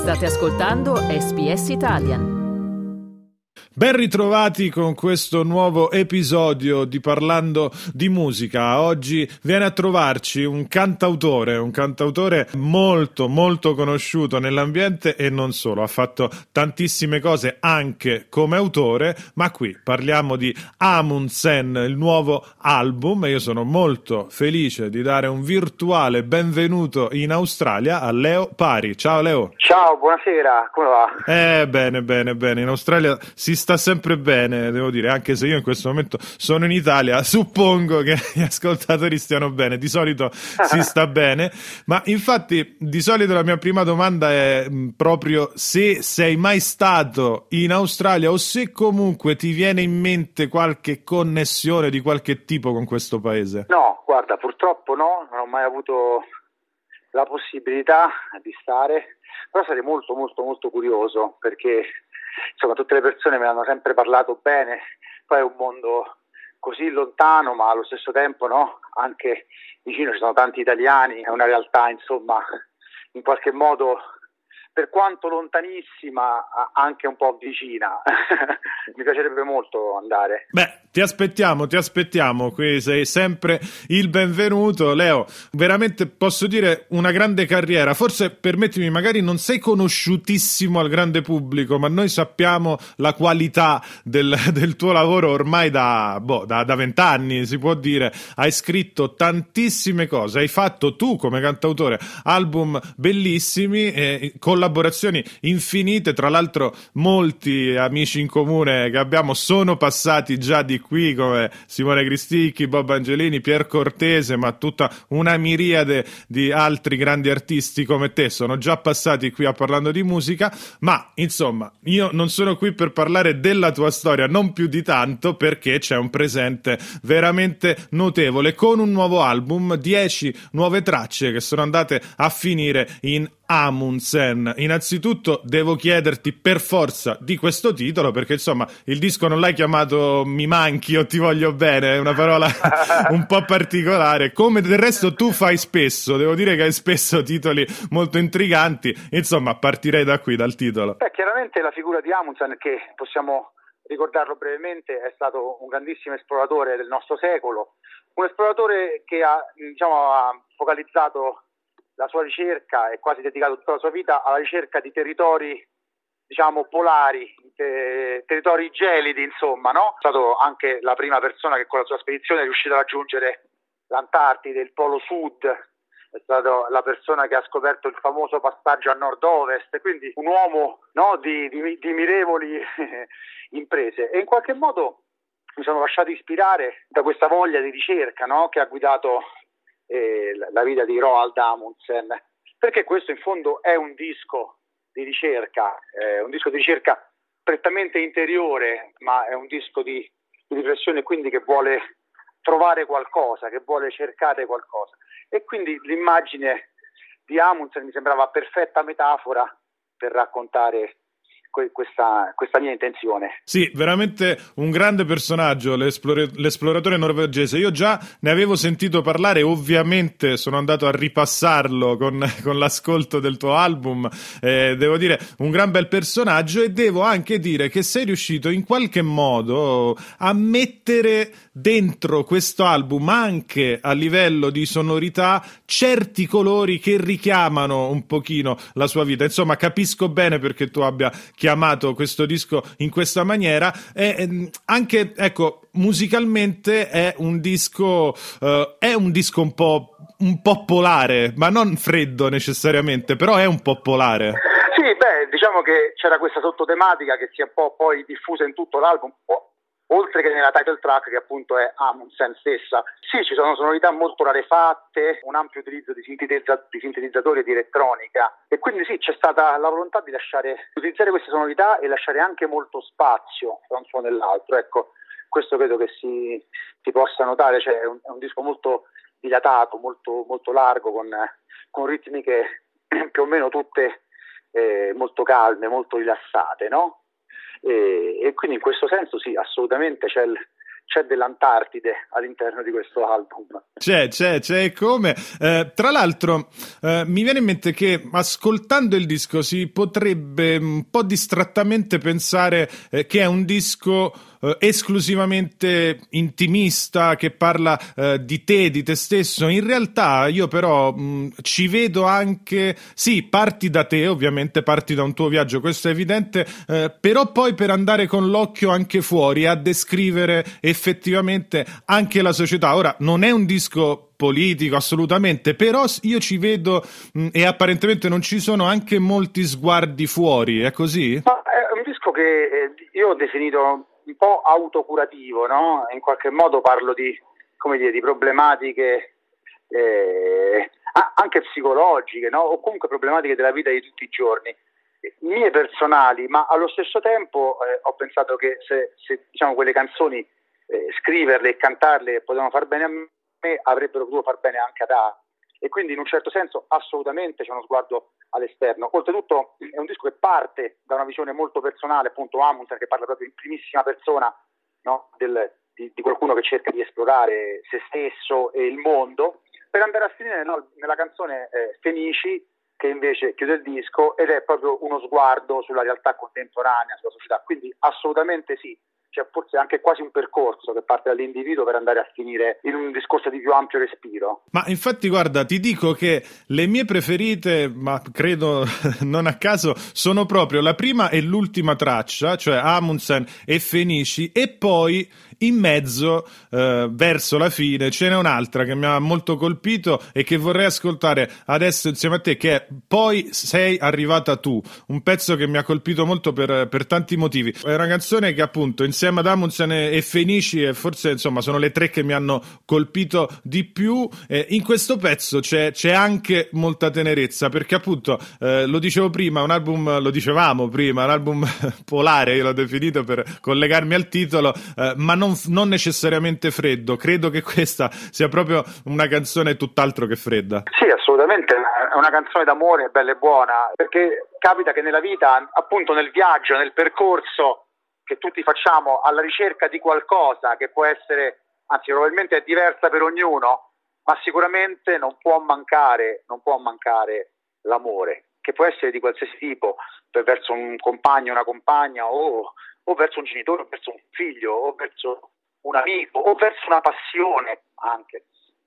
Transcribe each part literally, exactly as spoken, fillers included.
State ascoltando S B S Italian. Ben ritrovati con questo nuovo episodio di Parlando di Musica. Oggi viene a trovarci un cantautore, un cantautore molto molto conosciuto nell'ambiente e non solo. Ha fatto tantissime cose anche come autore, ma qui parliamo di Amundsen, il nuovo album, e io sono molto felice di dare un virtuale benvenuto in Australia a Leo Pari. Ciao Leo. Ciao, buonasera, come va? Eh, bene, bene, bene. In Australia si sta sempre bene, devo dire, anche se io in questo momento sono in Italia, suppongo che gli ascoltatori stiano bene, di solito si sta bene, ma infatti di solito la mia prima domanda è mh, proprio se sei mai stato in Australia o se comunque ti viene in mente qualche connessione di qualche tipo con questo paese. No, guarda, purtroppo no, non ho mai avuto la possibilità di stare, però sarei molto molto molto curioso perché insomma tutte le persone me ne hanno sempre parlato bene, poi è un mondo così lontano ma allo stesso tempo no, anche vicino ci sono tanti italiani, è una realtà insomma in qualche modo per quanto lontanissima anche un po' vicina. Mi piacerebbe molto andare. Beh, ti aspettiamo, ti aspettiamo, qui sei sempre il benvenuto. Leo, veramente posso dire una grande carriera, forse permettimi, magari non sei conosciutissimo al grande pubblico, ma noi sappiamo la qualità del, del tuo lavoro ormai da boh, da da vent'anni, si può dire. Hai scritto tantissime cose, hai fatto tu come cantautore album bellissimi, eh, collaborazioni infinite, tra l'altro molti amici in comune che abbiamo sono passati già di qui, come Simone Cristicchi, Bob Angelini, Pier Cortese, ma tutta una miriade di altri grandi artisti come te sono già passati qui a Parlando di Musica. Ma insomma, io non sono qui per parlare della tua storia, non più di tanto, perché c'è un presente veramente notevole con un nuovo album, dieci nuove tracce che sono andate a finire in Amundsen. Innanzitutto devo chiederti per forza di questo titolo, perché insomma il disco non l'hai chiamato Mi manchi o Ti voglio bene, è una parola un po' particolare, come del resto tu fai spesso, devo dire che hai spesso titoli molto intriganti. Insomma, partirei da qui, dal titolo. Beh, chiaramente la figura di Amundsen, che possiamo ricordarlo brevemente, è stato un grandissimo esploratore del nostro secolo, un esploratore che ha, diciamo, ha focalizzato la sua ricerca e quasi dedicato tutta la sua vita alla ricerca di territori, diciamo, polari, te- territori gelidi, insomma, no? È stato anche la prima persona che con la sua spedizione è riuscita a raggiungere l'Antartide, il Polo Sud, è stato la persona che ha scoperto il famoso passaggio a nord-ovest, quindi un uomo, no, di, di, di mirevoli imprese. E in qualche modo mi sono lasciato ispirare da questa voglia di ricerca, no, che ha guidato Eh, la vita di Roald Amundsen, perché questo in fondo è un disco di ricerca, è un disco di ricerca prettamente interiore, ma è un disco di, di riflessione, quindi che vuole trovare qualcosa, che vuole cercare qualcosa, e quindi l'immagine di Amundsen mi sembrava perfetta metafora per raccontare Questa, questa mia intenzione. Sì, veramente un grande personaggio, l'esplore, l'esploratore norvegese. Io già ne avevo sentito parlare, ovviamente sono andato a ripassarlo con, con l'ascolto del tuo album, eh, devo dire un gran bel personaggio, e devo anche dire che sei riuscito in qualche modo a mettere dentro questo album, anche a livello di sonorità, certi colori che richiamano un pochino la sua vita. Insomma, capisco bene perché tu abbia chiamato questo disco in questa maniera, e anche, ecco, musicalmente è un disco uh, è un disco un po' un po' polare, ma non freddo necessariamente, però è un po' polare. Sì, beh, diciamo che c'era questa sottotematica che si è un po' poi diffusa in tutto l'album, oltre che nella title track, che appunto è Amundsen stessa. Sì, ci sono sonorità molto rarefatte, un ampio utilizzo di, sintetizza- di sintetizzatori e di elettronica, e quindi sì, c'è stata la volontà di lasciare, utilizzare queste sonorità e lasciare anche molto spazio tra un suono e l'altro. Ecco, questo credo che si, si possa notare, cioè è un, è un disco molto dilatato, molto, molto largo, con, con ritmiche più o meno tutte eh, molto calme, molto rilassate, no? E, e quindi in questo senso sì, assolutamente c'è il, c'è dell'Antartide all'interno di questo album. C'è, c'è, c'è come. Eh, tra l'altro eh, mi viene in mente che ascoltando il disco si potrebbe un po' distrattamente pensare eh, che è un disco eh, esclusivamente intimista, che parla eh, di te, di te stesso. In realtà io però mh, ci vedo anche, sì, parti da te, ovviamente parti da un tuo viaggio, questo è evidente, eh, però poi per andare con l'occhio anche fuori a descrivere effettivamente anche la società. Ora, non è un disco politico assolutamente, però io ci vedo mh, e apparentemente non ci sono anche molti sguardi fuori, è così? Ma è un disco che eh, io ho definito un po' autocurativo, no? In qualche modo parlo di, come dire, di problematiche eh, anche psicologiche, no? O comunque problematiche della vita di tutti i giorni, mie personali, ma allo stesso tempo eh, ho pensato che se, se diciamo quelle canzoni eh, scriverle e cantarle potevano far bene a me, avrebbero potuto far bene anche ad altri, e quindi in un certo senso assolutamente c'è uno sguardo all'esterno. Oltretutto è un disco che parte da una visione molto personale, appunto Amundsen, che parla proprio in primissima persona, no? Del, di, di qualcuno che cerca di esplorare se stesso e il mondo, per andare a finire no, nella canzone eh, Fenici, che invece chiude il disco ed è proprio uno sguardo sulla realtà contemporanea, sulla società. Quindi assolutamente sì, c'è forse anche quasi un percorso che parte dall'individuo per andare a finire in un discorso di più ampio respiro. Ma infatti guarda, ti dico che le mie preferite, ma credo non a caso, sono proprio la prima e l'ultima traccia, cioè Amundsen e Fenici, e poi in mezzo, eh, verso la fine, ce n'è un'altra che mi ha molto colpito e che vorrei ascoltare adesso insieme a te, che è Poi sei arrivata tu, un pezzo che mi ha colpito molto per, per tanti motivi. È una canzone che appunto insieme ad Amundsen e Fenici e forse insomma sono le tre che mi hanno colpito di più. Eh, in questo pezzo c'è, c'è anche molta tenerezza, perché appunto eh, lo dicevo prima, un album, lo dicevamo prima, un album polare, io l'ho definito per collegarmi al titolo, eh, ma non non necessariamente freddo. Credo che questa sia proprio una canzone tutt'altro che fredda. Sì, assolutamente, è una canzone d'amore bella e buona, perché capita che nella vita, appunto nel viaggio, nel percorso che tutti facciamo alla ricerca di qualcosa che può essere, anzi probabilmente è diversa per ognuno, ma sicuramente non può mancare, non può mancare l'amore, che può essere di qualsiasi tipo, verso un compagno, una compagna, o o verso un genitore, o verso un figlio, o verso un amico, o verso una passione anche.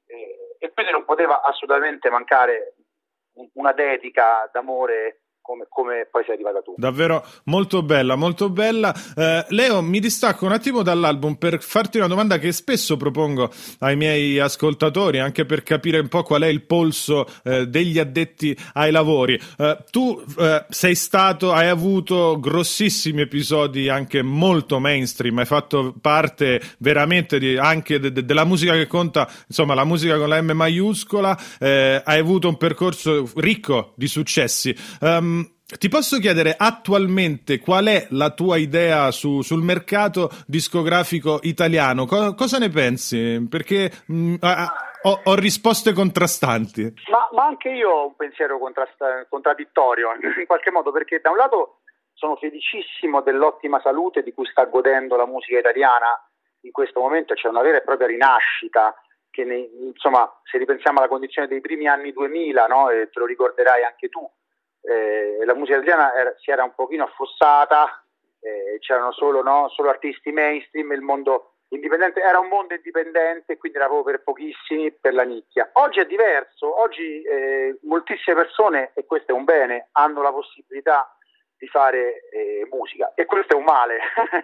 E, e quindi non poteva assolutamente mancare una dedica d'amore come, come poi sei arrivata tu. Davvero molto bella, molto bella. Eh, Leo, mi distacco un attimo dall'album per farti una domanda che spesso propongo ai miei ascoltatori, anche per capire un po' qual è il polso eh, degli addetti ai lavori. Eh, tu eh, sei stato, hai avuto grossissimi episodi anche molto mainstream, hai fatto parte veramente di, anche de- de- della musica che conta, insomma la musica con la M maiuscola, eh, hai avuto un percorso ricco di successi. Um, Ti posso chiedere attualmente qual è la tua idea su, sul mercato discografico italiano? Co- cosa ne pensi? Perché mh, ah, ho, ho risposte contrastanti. Ma, ma anche io ho un pensiero contrasta- contraddittorio, in qualche modo, perché da un lato sono felicissimo dell'ottima salute di cui sta godendo la musica italiana in questo momento, c'è una vera e propria rinascita, che ne, insomma, se ripensiamo alla condizione dei primi anni duemila, no? E te lo ricorderai anche tu, Eh, la musica italiana era, si era un pochino affossata, eh, c'erano solo, no, solo artisti mainstream, il mondo indipendente era un mondo indipendente, quindi era proprio per pochissimi, per la nicchia. Oggi è diverso, oggi eh, moltissime persone, e questo è un bene, hanno la possibilità di fare eh, musica, e questo è un male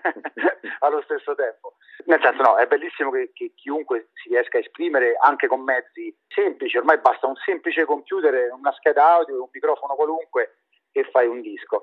allo stesso tempo. Nel senso, no, è bellissimo che, che chiunque si riesca a esprimere anche con mezzi semplici, ormai basta un semplice computer, una scheda audio, un microfono qualunque e fai un disco.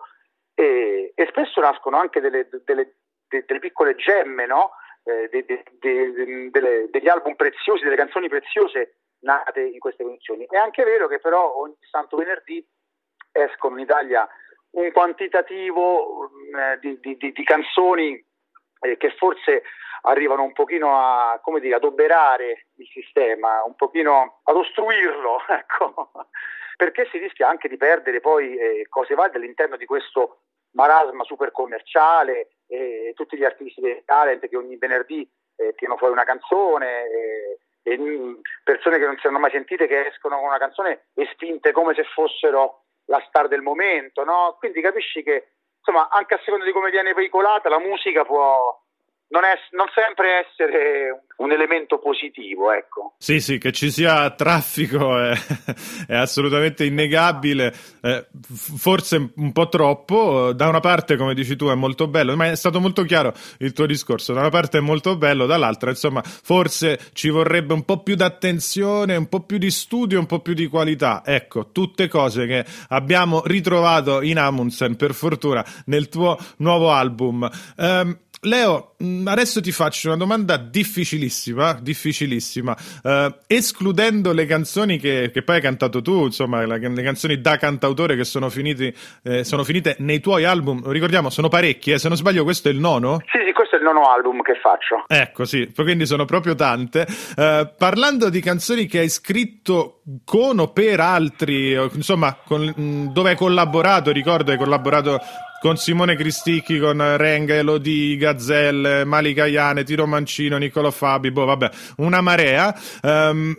E, e spesso nascono anche delle, delle, delle piccole gemme, no? Eh, de, de, de, delle, degli album preziosi, delle canzoni preziose nate in queste condizioni. È anche vero che però ogni santo venerdì escono in Italia un quantitativo eh, di, di, di, di canzoni eh, che forse arrivano un pochino a, come dire, ad oberare il sistema, un pochino ad ostruirlo, ecco, perché si rischia anche di perdere poi eh, cose valide all'interno di questo marasma super commerciale, e tutti gli artisti del talent che ogni venerdì eh, tirano fuori una canzone, eh, e persone che non si erano mai sentite che escono con una canzone e spinte come se fossero la star del momento, no? Quindi capisci che, insomma, anche a seconda di come viene veicolata, la musica può non, è, non sempre essere un elemento positivo, ecco. Sì, sì, che ci sia traffico è, è assolutamente innegabile, eh, forse un po' troppo. Da una parte, come dici tu, è molto bello, ma è stato molto chiaro il tuo discorso, da una parte è molto bello, dall'altra, insomma, forse ci vorrebbe un po' più d'attenzione, un po' più di studio, un po' più di qualità. Ecco, tutte cose che abbiamo ritrovato in Amundsen, per fortuna, nel tuo nuovo album. Um, Leo, adesso ti faccio una domanda difficilissima, difficilissima. Uh, escludendo le canzoni che, che poi hai cantato tu, insomma, le, le canzoni da cantautore che sono, finiti, eh, sono finite nei tuoi album, ricordiamo, sono parecchie, eh, se non sbaglio questo è il nono? Sì, sì, questo è il nono album che faccio. Ecco, sì, quindi sono proprio tante. Uh, parlando di canzoni che hai scritto con o per altri, insomma, con, dove hai collaborato, ricordo hai collaborato con Simone Cristicchi, con Renga, Elodie, Gazzelle, Malika Ayane, Tiro Mancino, Niccolò Fabi, boh, vabbè, una marea. Um,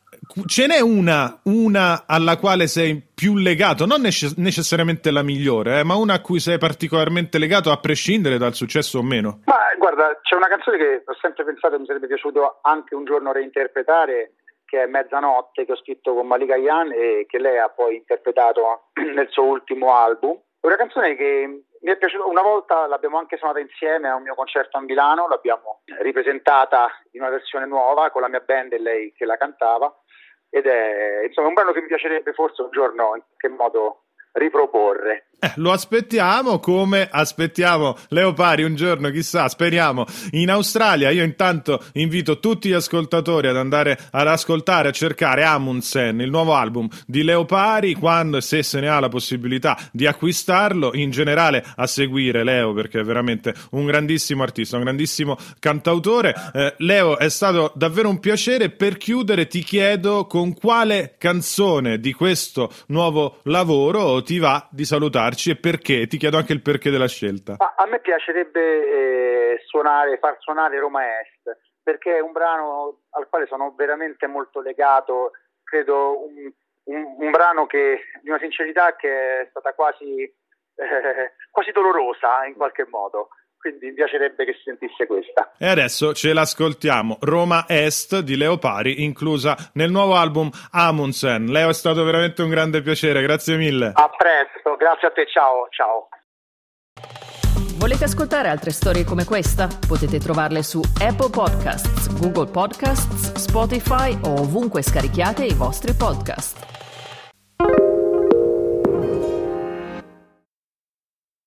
ce n'è una, una alla quale sei più legato, non necess- necessariamente la migliore, eh, ma una a cui sei particolarmente legato a prescindere dal successo o meno? Ma guarda, c'è una canzone che ho sempre pensato mi sarebbe piaciuto anche un giorno reinterpretare, che è Mezzanotte, che ho scritto con Malika Ayane e che lei ha poi interpretato nel suo ultimo album. È una canzone che mi è piaciuta, una volta l'abbiamo anche suonata insieme a un mio concerto a Milano, l'abbiamo ripresentata in una versione nuova con la mia band e lei che la cantava, ed è insomma un brano che mi piacerebbe forse un giorno in qualche modo riproporre. Eh, lo aspettiamo, come aspettiamo Leo Pari un giorno, chissà, speriamo, in Australia. Io intanto invito tutti gli ascoltatori ad andare ad ascoltare, a cercare Amundsen, il nuovo album di Leo Pari, quando e se se ne ha la possibilità di acquistarlo, in generale a seguire Leo, perché è veramente un grandissimo artista, un grandissimo cantautore. Eh, Leo, è stato davvero un piacere. Per chiudere ti chiedo con quale canzone di questo nuovo lavoro ti va di salutare e perché, ti chiedo anche il perché della scelta. Ma a me piacerebbe eh, suonare, far suonare Roma Est, perché è un brano al quale sono veramente molto legato, credo un, un, un brano che di una sincerità che è stata quasi, eh, quasi dolorosa in qualche modo. Quindi mi piacerebbe che si sentisse questa. E adesso ce l'ascoltiamo, Roma Est di Leo Pari, inclusa nel nuovo album Amundsen. Leo, è stato veramente un grande piacere, grazie mille. A presto, grazie a te, ciao, ciao. Volete ascoltare altre storie come questa? Potete trovarle su Apple Podcasts, Google Podcasts, Spotify o ovunque scarichiate i vostri podcast.